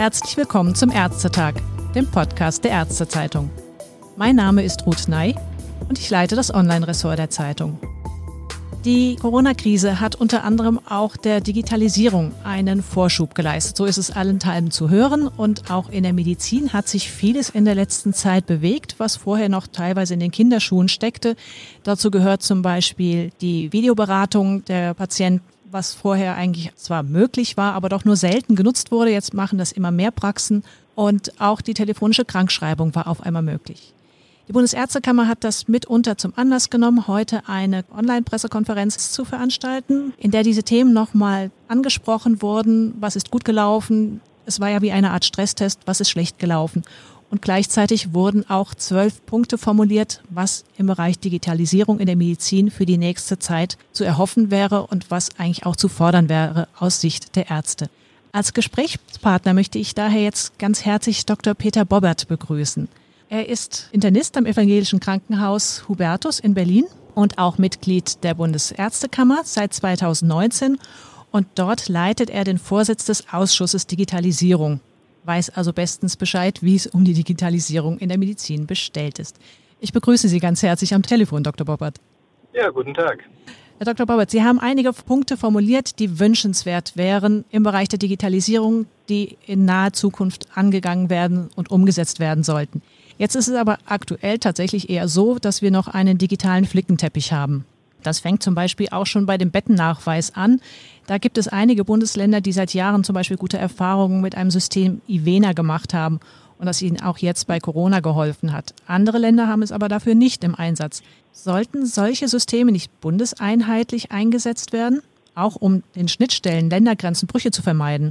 Herzlich willkommen zum Ärztetag, dem Podcast der Ärztezeitung. Mein Name ist Ruth Ney und ich leite das Online-Ressort der Zeitung. Die Corona-Krise hat unter anderem auch der Digitalisierung einen Vorschub geleistet. So ist es allenthalben zu hören. Und auch in der Medizin hat sich vieles in der letzten Zeit bewegt, was vorher noch teilweise in den Kinderschuhen steckte. Dazu gehört zum Beispiel die Videoberatung der Patienten, was vorher eigentlich zwar möglich war, aber doch nur selten genutzt wurde. Jetzt machen das immer mehr Praxen. Und auch die telefonische Krankschreibung war auf einmal möglich. Die Bundesärztekammer hat das mitunter zum Anlass genommen, heute eine Online-Pressekonferenz zu veranstalten, in der diese Themen nochmal angesprochen wurden. Was ist gut gelaufen? Es war ja wie eine Art Stresstest. Was ist schlecht gelaufen? Und gleichzeitig wurden auch 12 Punkte formuliert, was im Bereich Digitalisierung in der Medizin für die nächste Zeit zu erhoffen wäre und was eigentlich auch zu fordern wäre aus Sicht der Ärzte. Als Gesprächspartner möchte ich daher jetzt ganz herzlich Dr. Peter Bobbert begrüßen. Er ist Internist am Evangelischen Krankenhaus Hubertus in Berlin und auch Mitglied der Bundesärztekammer seit 2019. Und dort leitet er den Vorsitz des Ausschusses Digitalisierung, weiß also bestens Bescheid, wie es um die Digitalisierung in der Medizin bestellt ist. Ich begrüße Sie ganz herzlich am Telefon, Dr. Bobbert. Ja, guten Tag. Herr Dr. Bobbert, Sie haben einige Punkte formuliert, die wünschenswert wären im Bereich der Digitalisierung, die in naher Zukunft angegangen werden und umgesetzt werden sollten. Jetzt ist es aber aktuell tatsächlich eher so, dass wir noch einen digitalen Flickenteppich haben. Das fängt zum Beispiel auch schon bei dem Bettennachweis an. Da gibt es einige Bundesländer, die seit Jahren zum Beispiel gute Erfahrungen mit einem System Ivena gemacht haben und das ihnen auch jetzt bei Corona geholfen hat. Andere Länder haben es aber dafür nicht im Einsatz. Sollten solche Systeme nicht bundeseinheitlich eingesetzt werden, auch um den Schnittstellen, Ländergrenzenbrüche zu vermeiden?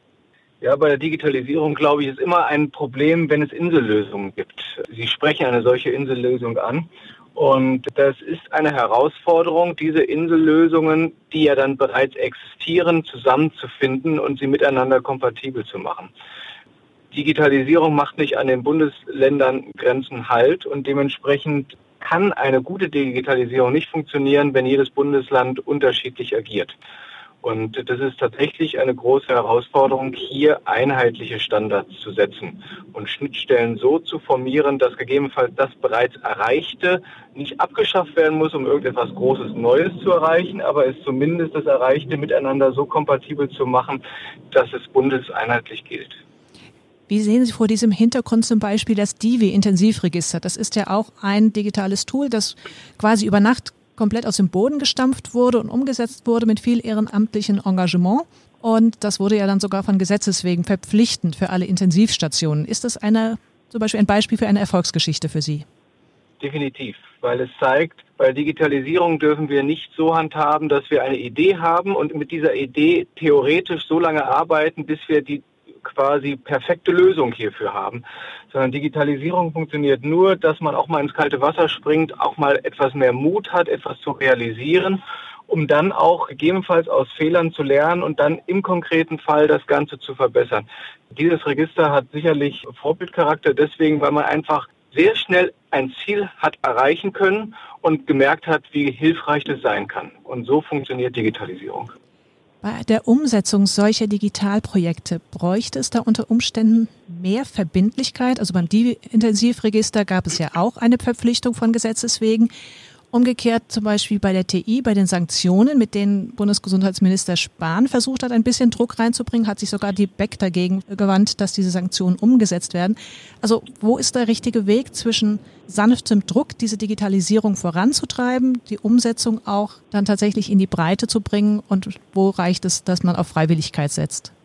Ja, bei der Digitalisierung, glaube ich, ist immer ein Problem, wenn es Insellösungen gibt. Sie sprechen eine solche Insellösung an. Und das ist eine Herausforderung, diese Insellösungen, die ja dann bereits existieren, zusammenzufinden und sie miteinander kompatibel zu machen. Digitalisierung macht nicht an den Bundesländern Grenzen Halt und dementsprechend kann eine gute Digitalisierung nicht funktionieren, wenn jedes Bundesland unterschiedlich agiert. Und das ist tatsächlich eine große Herausforderung, hier einheitliche Standards zu setzen und Schnittstellen so zu formieren, dass gegebenenfalls das bereits Erreichte nicht abgeschafft werden muss, um irgendetwas Großes Neues zu erreichen, aber es zumindest das Erreichte miteinander so kompatibel zu machen, dass es bundeseinheitlich gilt. Wie sehen Sie vor diesem Hintergrund zum Beispiel das DIVI-Intensivregister? Das ist ja auch ein digitales Tool, das quasi über Nacht komplett aus dem Boden gestampft wurde und umgesetzt wurde mit viel ehrenamtlichem Engagement. Und das wurde ja dann sogar von Gesetzes wegen verpflichtend für alle Intensivstationen. Ist das zum Beispiel ein Beispiel für eine Erfolgsgeschichte für Sie? Definitiv, weil es zeigt, bei Digitalisierung dürfen wir nicht so handhaben, dass wir eine Idee haben und mit dieser Idee theoretisch so lange arbeiten, bis wir die quasi perfekte Lösung hierfür haben, sondern Digitalisierung funktioniert nur, dass man auch mal ins kalte Wasser springt, auch mal etwas mehr Mut hat, etwas zu realisieren, um dann auch gegebenenfalls aus Fehlern zu lernen und dann im konkreten Fall das Ganze zu verbessern. Dieses Register hat sicherlich Vorbildcharakter, deswegen, weil man einfach sehr schnell ein Ziel hat erreichen können und gemerkt hat, wie hilfreich das sein kann. Und so funktioniert Digitalisierung. Bei der Umsetzung solcher Digitalprojekte bräuchte es da unter Umständen mehr Verbindlichkeit? Also beim DIVI-Intensivregister gab es ja auch eine Verpflichtung von Gesetzes wegen. Umgekehrt zum Beispiel bei der TI, bei den Sanktionen, mit denen Bundesgesundheitsminister Spahn versucht hat, ein bisschen Druck reinzubringen, hat sich sogar die BEC dagegen gewandt, dass diese Sanktionen umgesetzt werden. Also wo ist der richtige Weg zwischen sanftem Druck, diese Digitalisierung voranzutreiben, die Umsetzung auch dann tatsächlich in die Breite zu bringen und wo reicht es, dass man auf Freiwilligkeit setzt?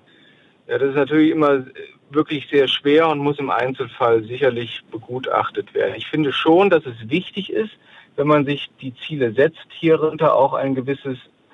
Ja, das ist natürlich immer wirklich sehr schwer und muss im Einzelfall sicherlich begutachtet werden. Ich finde schon, dass es wichtig ist, wenn man sich die Ziele setzt, hierunter auch einen gewissen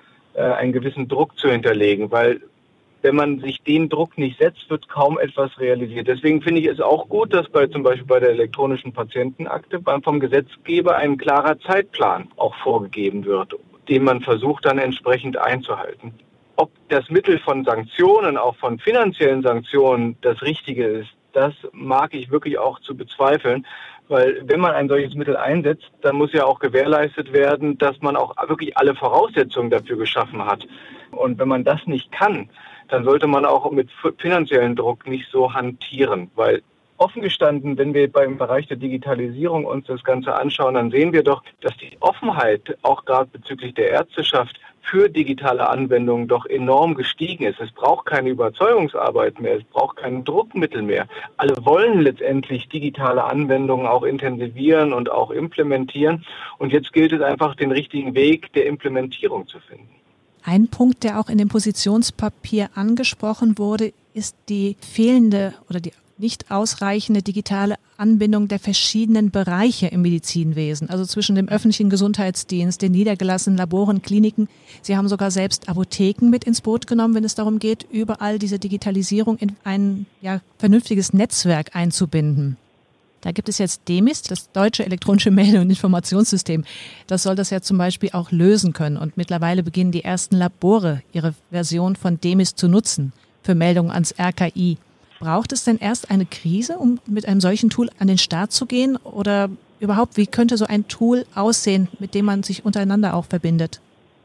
Druck zu hinterlegen, weil wenn man sich den Druck nicht setzt, wird kaum etwas realisiert. Deswegen finde ich es auch gut, dass zum Beispiel bei der elektronischen Patientenakte vom Gesetzgeber ein klarer Zeitplan auch vorgegeben wird, den man versucht dann entsprechend einzuhalten. Ob das Mittel von Sanktionen, auch von finanziellen Sanktionen, das Richtige ist, das mag ich wirklich auch zu bezweifeln, weil wenn man ein solches Mittel einsetzt, dann muss ja auch gewährleistet werden, dass man auch wirklich alle Voraussetzungen dafür geschaffen hat. Und wenn man das nicht kann, dann sollte man auch mit finanziellen Druck nicht so hantieren, weil offen gestanden, wenn wir beim Bereich der Digitalisierung uns das Ganze anschauen, dann sehen wir doch, dass die Offenheit auch gerade bezüglich der Ärzteschaft für digitale Anwendungen doch enorm gestiegen ist. Es braucht keine Überzeugungsarbeit mehr, es braucht kein Druckmittel mehr. Alle wollen letztendlich digitale Anwendungen auch intensivieren und auch implementieren. Und jetzt gilt es einfach, den richtigen Weg der Implementierung zu finden. Ein Punkt, der auch in dem Positionspapier angesprochen wurde, ist die fehlende oder die nicht ausreichende digitale Anbindung der verschiedenen Bereiche im Medizinwesen, also zwischen dem öffentlichen Gesundheitsdienst, den niedergelassenen Laboren, Kliniken. Sie haben sogar selbst Apotheken mit ins Boot genommen, wenn es darum geht, überall diese Digitalisierung in ein vernünftiges Netzwerk einzubinden. Da gibt es jetzt DEMIS, das Deutsche Elektronische Melde- und Informationssystem. Das soll das ja zum Beispiel auch lösen können. Und mittlerweile beginnen die ersten Labore, ihre Version von DEMIS zu nutzen für Meldungen ans RKI. Braucht es denn erst eine Krise, um mit einem solchen Tool an den Start zu gehen? Oder überhaupt, wie könnte so ein Tool aussehen, mit dem man sich untereinander auch verbindet?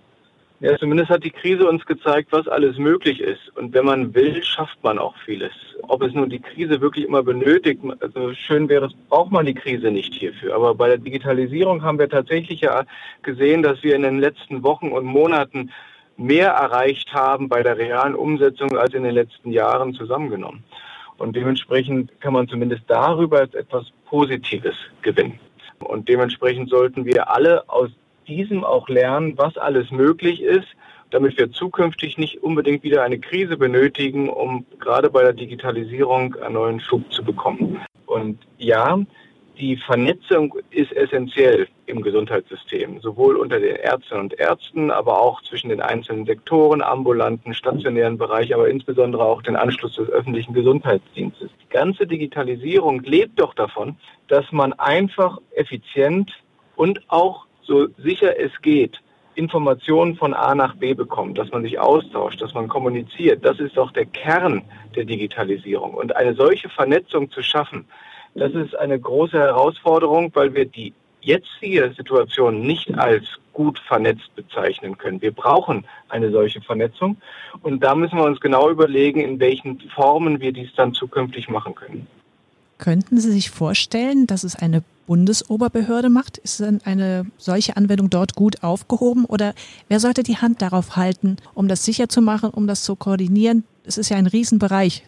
Ja, zumindest hat die Krise uns gezeigt, was alles möglich ist. Und wenn man will, schafft man auch vieles. Ob es nun die Krise wirklich immer benötigt, also schön wäre es, braucht man die Krise nicht hierfür. Aber bei der Digitalisierung haben wir tatsächlich ja gesehen, dass wir in den letzten Wochen und Monaten mehr erreicht haben bei der realen Umsetzung als in den letzten Jahren zusammengenommen. Und dementsprechend kann man zumindest darüber etwas Positives gewinnen. Und dementsprechend sollten wir alle aus diesem auch lernen, was alles möglich ist, damit wir zukünftig nicht unbedingt wieder eine Krise benötigen, um gerade bei der Digitalisierung einen neuen Schub zu bekommen. Und ja, die Vernetzung ist essentiell im Gesundheitssystem, sowohl unter den Ärztinnen und Ärzten, aber auch zwischen den einzelnen Sektoren, ambulanten, stationären Bereich, aber insbesondere auch den Anschluss des öffentlichen Gesundheitsdienstes. Die ganze Digitalisierung lebt doch davon, dass man einfach effizient und auch so sicher es geht, Informationen von A nach B bekommt, dass man sich austauscht, dass man kommuniziert. Das ist doch der Kern der Digitalisierung. Und eine solche Vernetzung zu schaffen, das ist eine große Herausforderung, weil wir die jetzige Situation nicht als gut vernetzt bezeichnen können. Wir brauchen eine solche Vernetzung und da müssen wir uns genau überlegen, in welchen Formen wir dies dann zukünftig machen können. Könnten Sie sich vorstellen, dass es eine Bundesoberbehörde macht? Ist denn eine solche Anwendung dort gut aufgehoben oder wer sollte die Hand darauf halten, um das sicher zu machen, um das zu koordinieren? Es ist ja ein Riesenbereich.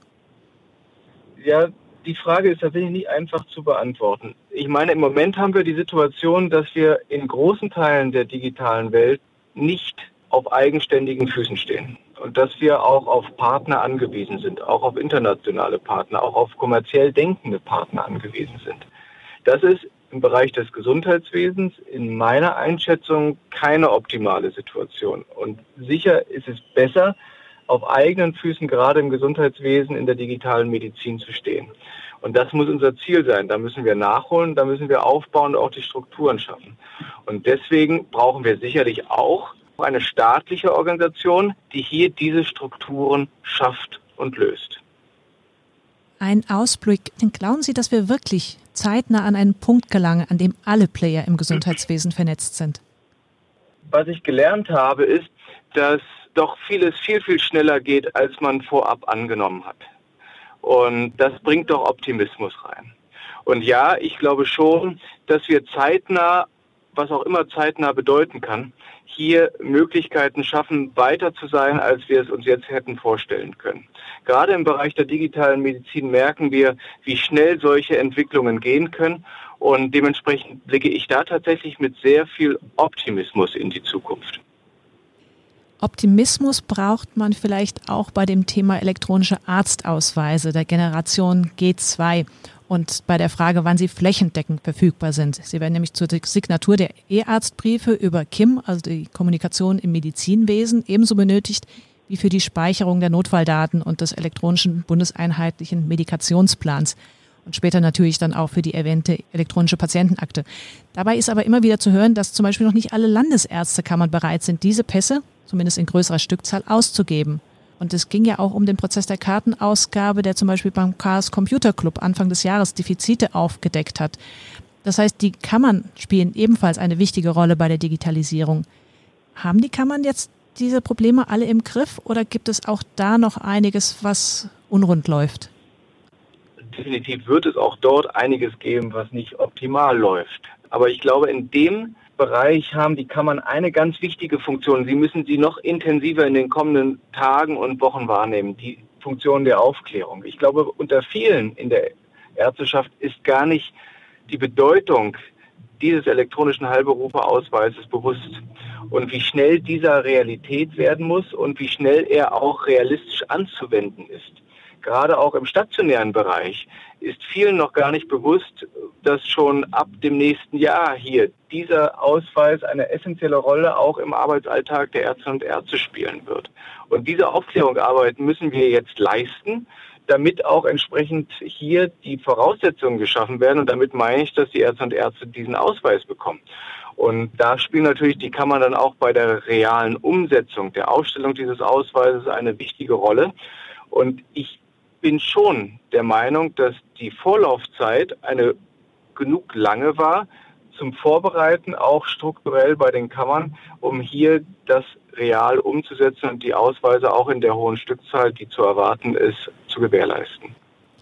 Ja, die Frage ist tatsächlich nicht einfach zu beantworten. Ich meine, im Moment haben wir die Situation, dass wir in großen Teilen der digitalen Welt nicht auf eigenständigen Füßen stehen. Und dass wir auch auf Partner angewiesen sind, auch auf internationale Partner, auch auf kommerziell denkende Partner angewiesen sind. Das ist im Bereich des Gesundheitswesens in meiner Einschätzung keine optimale Situation. Und sicher ist es besser, auf eigenen Füßen gerade im Gesundheitswesen in der digitalen Medizin zu stehen. Und das muss unser Ziel sein. Da müssen wir nachholen, da müssen wir aufbauen und auch die Strukturen schaffen. Und deswegen brauchen wir sicherlich auch eine staatliche Organisation, die hier diese Strukturen schafft und löst. Ein Ausblick. Glauben Sie, dass wir wirklich zeitnah an einen Punkt gelangen, an dem alle Player im Gesundheitswesen vernetzt sind? Was ich gelernt habe, ist, dass doch vieles viel, viel schneller geht, als man vorab angenommen hat. Und das bringt doch Optimismus rein. Und ja, ich glaube schon, dass wir zeitnah, was auch immer zeitnah bedeuten kann, hier Möglichkeiten schaffen, weiter zu sein, als wir es uns jetzt hätten vorstellen können. Gerade im Bereich der digitalen Medizin merken wir, wie schnell solche Entwicklungen gehen können. Und dementsprechend blicke ich da tatsächlich mit sehr viel Optimismus in die Zukunft. Optimismus braucht man vielleicht auch bei dem Thema elektronische Arztausweise der Generation G2 und bei der Frage, wann sie flächendeckend verfügbar sind. Sie werden nämlich zur Signatur der E-Arztbriefe über KIM, also die Kommunikation im Medizinwesen, ebenso benötigt wie für die Speicherung der Notfalldaten und des elektronischen bundeseinheitlichen Medikationsplans. Und später natürlich dann auch für die erwähnte elektronische Patientenakte. Dabei ist aber immer wieder zu hören, dass zum Beispiel noch nicht alle Landesärztekammern bereit sind, diese Pässe, zumindest in größerer Stückzahl, auszugeben. Und es ging ja auch um den Prozess der Kartenausgabe, der zum Beispiel beim Chaos Computer Club Anfang des Jahres Defizite aufgedeckt hat. Das heißt, die Kammern spielen ebenfalls eine wichtige Rolle bei der Digitalisierung. Haben die Kammern jetzt diese Probleme alle im Griff oder gibt es auch da noch einiges, was unrund läuft? Definitiv wird es auch dort einiges geben, was nicht optimal läuft. Aber ich glaube, in dem Bereich haben die Kammern eine ganz wichtige Funktion. Sie müssen sie noch intensiver in den kommenden Tagen und Wochen wahrnehmen, die Funktion der Aufklärung. Ich glaube, unter vielen in der Ärzteschaft ist gar nicht die Bedeutung dieses elektronischen Heilberufeausweises bewusst und wie schnell dieser Realität werden muss und wie schnell er auch realistisch anzuwenden ist. Gerade auch im stationären Bereich ist vielen noch gar nicht bewusst, dass schon ab dem nächsten Jahr hier dieser Ausweis eine essentielle Rolle auch im Arbeitsalltag der Ärztinnen und Ärzte spielen wird. Und diese Aufklärungsarbeit müssen wir jetzt leisten, damit auch entsprechend hier die Voraussetzungen geschaffen werden. Und damit meine ich, dass die Ärztinnen und Ärzte diesen Ausweis bekommen. Und da spielen natürlich die Kammern dann auch bei der realen Umsetzung der Ausstellung dieses Ausweises eine wichtige Rolle. Und ich bin schon der Meinung, dass die Vorlaufzeit eine genug lange war zum Vorbereiten, auch strukturell bei den Kammern, um hier das real umzusetzen und die Ausweise auch in der hohen Stückzahl, die zu erwarten ist, zu gewährleisten.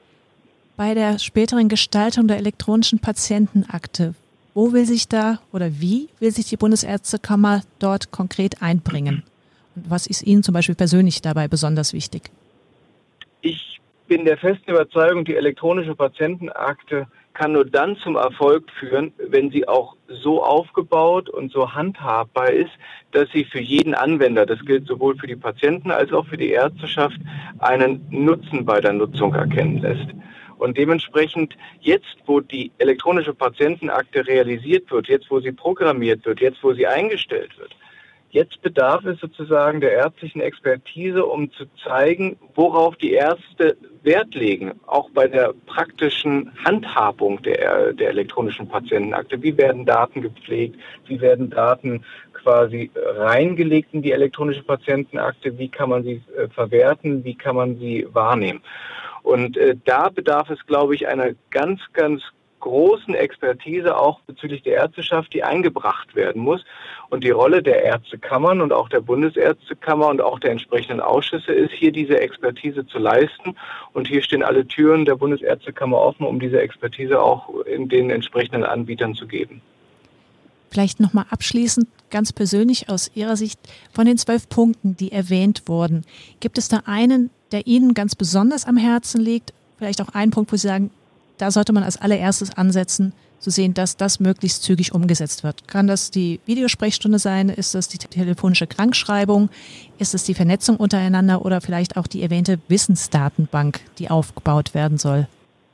Bei der späteren Gestaltung der elektronischen Patientenakte, wo will sich da oder wie will sich die Bundesärztekammer dort konkret einbringen? Und was ist Ihnen zum Beispiel persönlich dabei besonders wichtig? Ich bin der festen Überzeugung, die elektronische Patientenakte kann nur dann zum Erfolg führen, wenn sie auch so aufgebaut und so handhabbar ist, dass sie für jeden Anwender, das gilt sowohl für die Patienten als auch für die Ärzteschaft, einen Nutzen bei der Nutzung erkennen lässt. Und dementsprechend jetzt, wo die elektronische Patientenakte realisiert wird, jetzt, wo sie programmiert wird, jetzt, wo sie eingestellt wird, jetzt bedarf es sozusagen der ärztlichen Expertise, um zu zeigen, worauf die Ärzte Wert legen, auch bei der praktischen Handhabung der elektronischen Patientenakte. Wie werden Daten gepflegt? Wie werden Daten quasi reingelegt in die elektronische Patientenakte? Wie kann man sie verwerten? Wie kann man sie wahrnehmen? Und da bedarf es, glaube ich, einer ganz, ganz großen Expertise auch bezüglich der Ärzteschaft, die eingebracht werden muss. Und die Rolle der Ärztekammern und auch der Bundesärztekammer und auch der entsprechenden Ausschüsse ist, hier diese Expertise zu leisten. Und hier stehen alle Türen der Bundesärztekammer offen, um diese Expertise auch in den entsprechenden Anbietern zu geben. Vielleicht nochmal abschließend, ganz persönlich aus Ihrer Sicht, von den 12 Punkten, die erwähnt wurden, gibt es da einen, der Ihnen ganz besonders am Herzen liegt? Vielleicht auch einen Punkt, wo Sie sagen, da sollte man als allererstes ansetzen, zu sehen, dass das möglichst zügig umgesetzt wird. Kann das die Videosprechstunde sein? Ist das die telefonische Krankschreibung? Ist es die Vernetzung untereinander oder vielleicht auch die erwähnte Wissensdatenbank, die aufgebaut werden soll?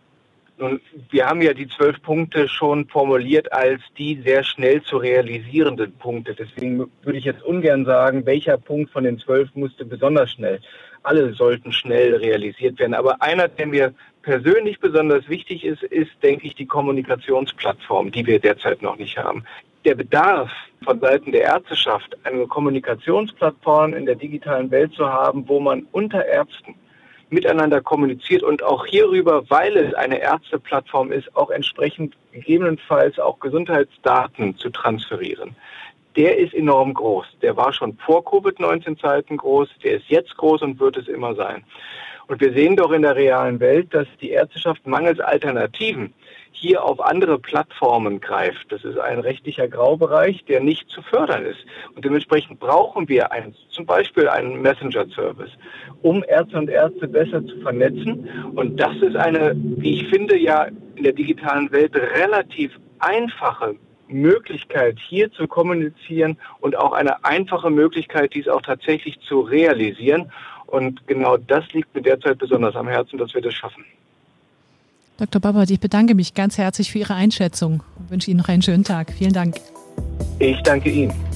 Nun, wir haben ja die 12 Punkte schon formuliert als die sehr schnell zu realisierenden Punkte. Deswegen würde ich jetzt ungern sagen, welcher Punkt von den 12 musste besonders schnell. Alle sollten schnell realisiert werden. Aber einer, der mir persönlich besonders wichtig ist, denke ich, die Kommunikationsplattform, die wir derzeit noch nicht haben. Der Bedarf von Seiten der Ärzteschaft, eine Kommunikationsplattform in der digitalen Welt zu haben, wo man unter Ärzten miteinander kommuniziert und auch hierüber, weil es eine Ärzteplattform ist, auch entsprechend gegebenenfalls auch Gesundheitsdaten zu transferieren. Der ist enorm groß. Der war schon vor Covid-19-Zeiten groß, der ist jetzt groß und wird es immer sein. Und wir sehen doch in der realen Welt, dass die Ärzteschaft mangels Alternativen hier auf andere Plattformen greift. Das ist ein rechtlicher Graubereich, der nicht zu fördern ist. Und dementsprechend brauchen wir zum Beispiel einen Messenger-Service, um Ärzte und Ärzte besser zu vernetzen. Und das ist eine, wie ich finde, ja in der digitalen Welt relativ einfache Möglichkeit, hier zu kommunizieren und auch eine einfache Möglichkeit, dies auch tatsächlich zu realisieren. Und genau das liegt mir derzeit besonders am Herzen, dass wir das schaffen. Dr. Babbert, ich bedanke mich ganz herzlich für Ihre Einschätzung und wünsche Ihnen noch einen schönen Tag. Vielen Dank. Ich danke Ihnen.